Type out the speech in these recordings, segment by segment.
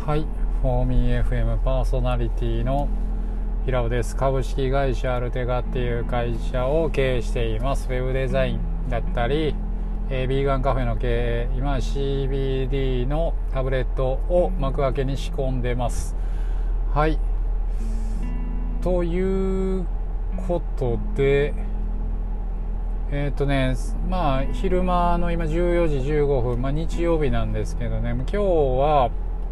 はい、フォーミー FM パーソナリティの平尾です。株式会社アルテガっていう会社を経営しています。ウェブデザインだったり、ビーガンカフェの経営、今 CBD のタブレットを幕開けに仕込んでます。はい、ということで昼間の今14時15分、日曜日なんですけどね、今日は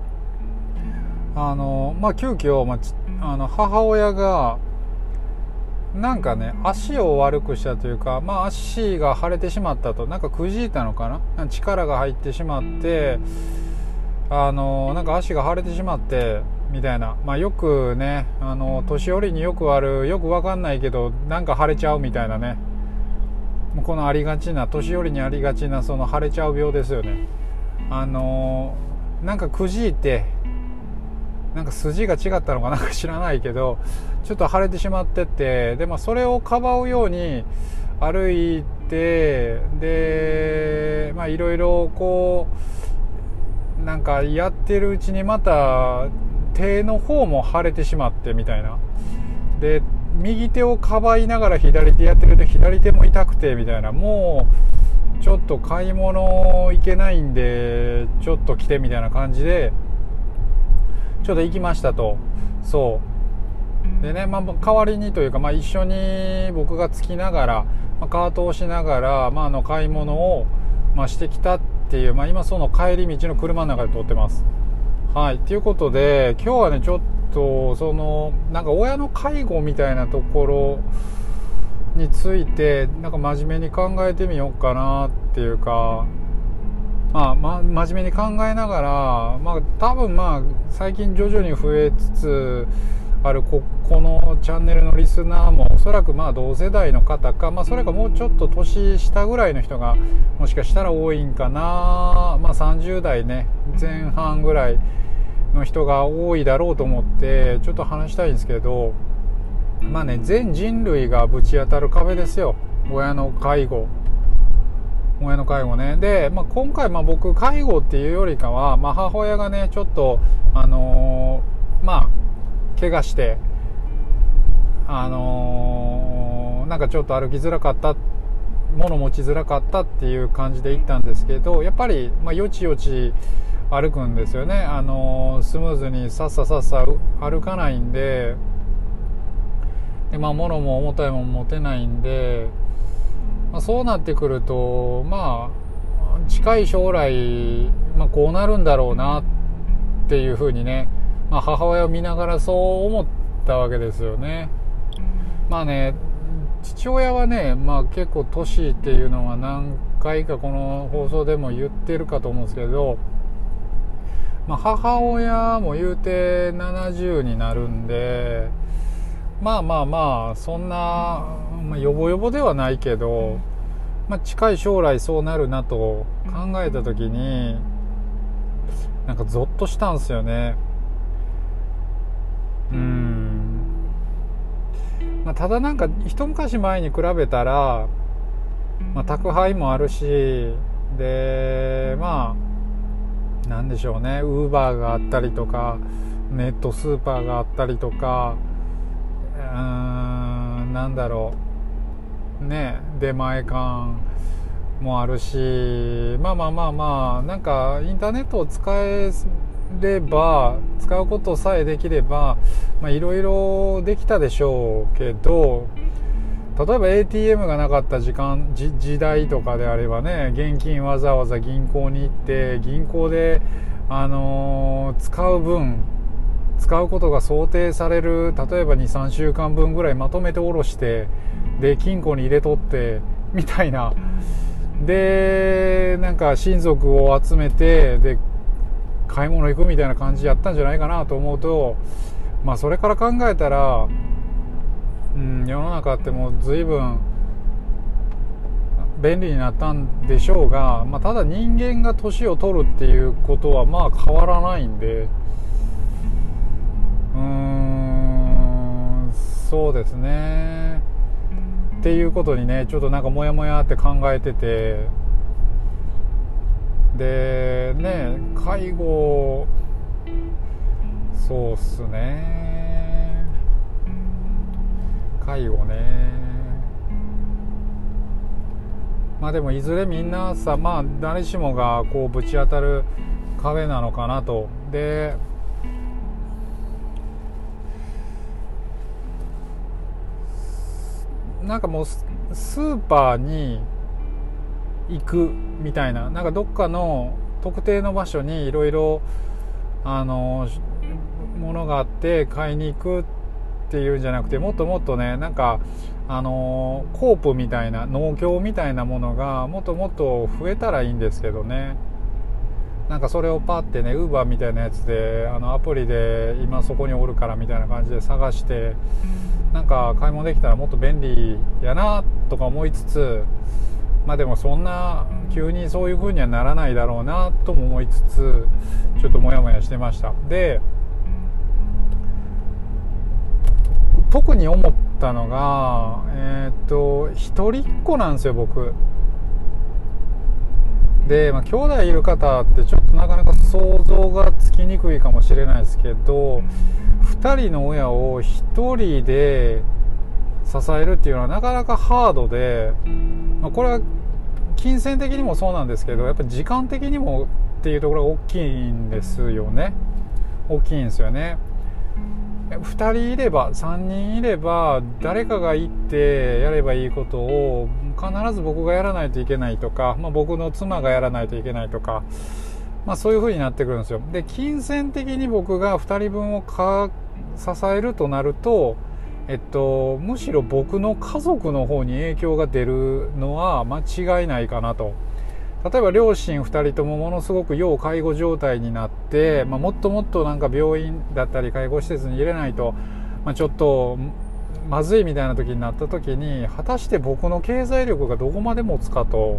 急遽、母親がなんかね足を悪くしたというか、足が腫れてしまったと、なんかくじいたのかな、力が入ってしまって、なんか足が腫れてしまってみたいな、よくね年寄りによくある、よくわかんないけどなんか腫れちゃうみたいなね、このありがちな、年寄りにありがちなその腫れちゃう病ですよね。なんかくじいて、なんか筋が違ったのかなんか知らないけど、ちょっと腫れてしまってて、でそれをかばうように歩いて、でいろいろこうなんかやってるうちにまた手の方も腫れてしまってみたいなで、右手をかばいながら左手やってると左手も痛くてみたいな、もうちょっと買い物行けないんでちょっと来てみたいな感じでちょっと行きましたと。そうでね、代わりにというか、一緒に僕がつきながら、カートをしながら、買い物を、してきたっていう、今その帰り道の車の中で撮ってます。はい、ということで今日はねちょっとそのなんか親の介護みたいなところについてなんか真面目に考えてみようかなっていうか、真面目に考えながら、多分最近徐々に増えつつあるこのチャンネルのリスナーもおそらく同世代の方か、それかもうちょっと年下ぐらいの人がもしかしたら多いんかな、30代ね前半ぐらいの人が多いだろうと思ってちょっと話したいんですけど、全人類がぶち当たる壁ですよ、親の介護ね。で、今回僕介護っていうよりかは、母親がねちょっと怪我してなんかちょっと歩きづらかった、物持ちづらかったっていう感じで行ったんですけど、やっぱりよちよち歩くんですよね。スムーズにさっさ歩かないんで、物も重たいもん持てないんで、そうなってくると近い将来、こうなるんだろうなっていうふうにね、母親を見ながらそう思ったわけですよね。父親はね、結構年っていうのは何回かこの放送でも言ってるかと思うんですけど、母親も言うて70になるんで、そんな、よぼよぼではないけど、近い将来そうなるなと考えた時になんかゾッとしたんですよね。ただなんか一昔前に比べたら、宅配もあるし、でなんでしょうね、ウーバーがあったりとかネットスーパーがあったりとか、なんだろうね、出前館もあるし、なんかインターネットを使うことさえできればいろいろできたでしょうけど、例えば ATM がなかった時代とかであればね、現金わざわざ銀行に行って銀行で、使うことが想定される、例えば 2,3 週間分ぐらいまとめて下ろして、で金庫に入れとってみたいな、でなんか親族を集めてで買い物行くみたいな感じやったんじゃないかなと思うと、それから考えたら、世の中ってもう随分便利になったんでしょうが、ただ人間が年を取るっていうことは変わらないんで、そうですねっていうことにね、ちょっとなんかモヤモヤって考えてて、でね、介護そうっすね。介護ね。まあでもいずれみんなさ、まあ誰しもがこうぶち当たる壁なのかなと。で、なんかもうスーパーに行くみたいな、なんかどっかの特定の場所にいろいろものがあって買いに行くっていうんじゃなくて、もっともっとね、なんかコープみたいな農協みたいなものがもっともっと増えたらいいんですけどね。なんかそれをパってね、ウーバーみたいなやつでアプリで今そこにおるからみたいな感じで探して、なんか買い物できたらもっと便利やなとか思いつつ、まあでもそんな急にそういう風にはならないだろうなとも思いつつ、ちょっとモヤモヤしてました。で、特に思ったのが一人っ子なんですよ、僕で。兄弟いる方ってちょっとなかなか想像がつきにくいかもしれないですけど、2人の親を1人で支えるっていうのはなかなかハードで、これは金銭的にもそうなんですけど、やっぱり時間的にもっていうところが大きいんですよね。大きいんですよね。2人いれば3人いれば誰かが行ってやればいいことを必ず僕がやらないといけないとか、僕の妻がやらないといけないとか、そういう風になってくるんですよ。で、金銭的に僕が2人分を支えるとなると、むしろ僕の家族の方に影響が出るのは間違いないかなと。例えば両親2人ともものすごく要介護状態になって、もっともっとなんか病院だったり介護施設に入れないと、ちょっとまずいみたいな時になった時に、果たして僕の経済力がどこまで持つかと、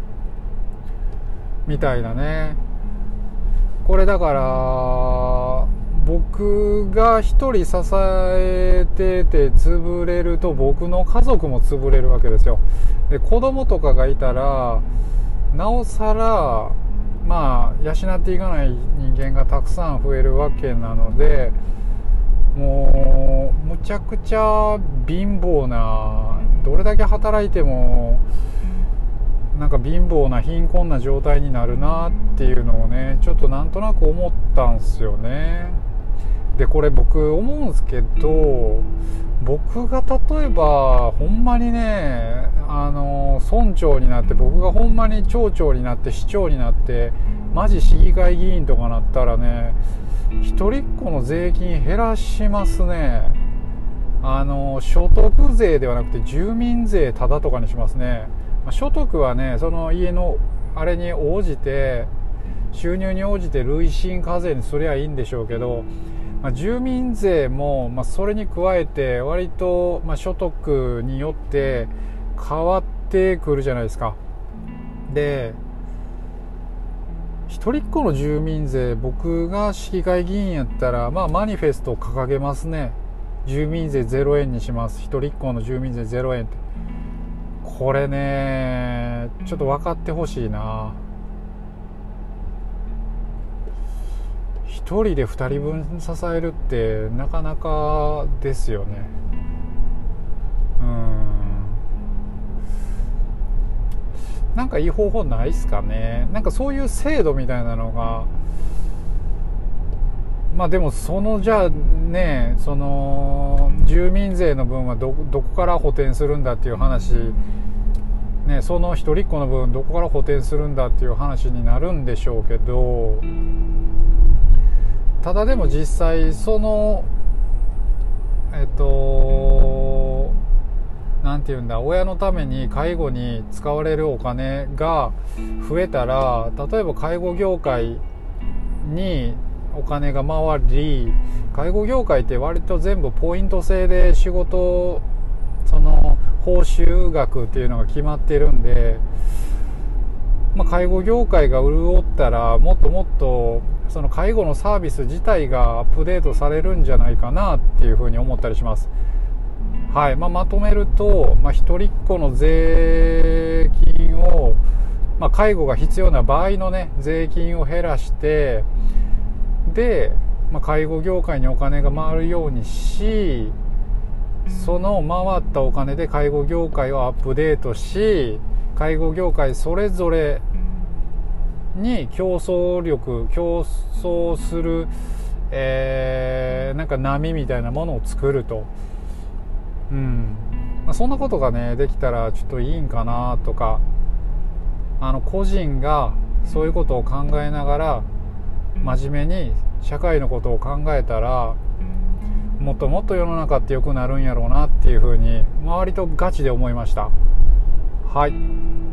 みたいなね。これだから僕が一人支えてて潰れると、僕の家族も潰れるわけですよ。で、子供とかがいたらなおさら養っていかない人間がたくさん増えるわけなので、もうむちゃくちゃ貧乏な、どれだけ働いてもなんか貧乏な貧困な状態になるなっていうのをね、ちょっとなんとなく思ったんすよね。で、これ僕思うんですけど、僕が例えばほんまにね、村長になって、僕がほんまに町長になって市長になってマジ市議会議員とかなったらね、一人っ子の税金減らしますね。所得税ではなくて住民税ただとかにしますね。所得はね、その家のあれに応じて、収入に応じて累進課税にすりゃいいんでしょうけど、住民税も、それに加えて割と、所得によって変わってくるじゃないですか。で、一人っ子の住民税、僕が市議会議員やったら、マニフェストを掲げますね。住民税0円にします。一人っ子の住民税0円って。これね、ちょっと分かってほしいな。一人で2人分支えるってなかなかですよね。なんかいい方法ないっすかね。なんかそういう制度みたいなのが、でもじゃあね、その住民税の分はどこから補填するんだっていう話ね、その一人っ子の分どこから補填するんだっていう話になるんでしょうけど、ただでも実際そのなんていうんだ、親のために介護に使われるお金が増えたら、例えば介護業界にお金が回り、介護業界って割と全部ポイント制で仕事、その報酬額っていうのが決まってるんで、介護業界が潤ったら、もっともっとその介護のサービス自体がアップデートされるんじゃないかなっていうふうに思ったりします。はい。まとめると、一人っ子の税金を、介護が必要な場合のね、税金を減らして、で、 介護業界にお金が回るようにし、その回ったお金で介護業界をアップデートし、介護業界それぞれに競争する、なんか波みたいなものを作ると、そんなことがねできたらちょっといいんかなとか、個人がそういうことを考えながら真面目に社会のことを考えたら、もっともっと世の中って良くなるんやろうなっていうふうに割とガチで思いました。はい。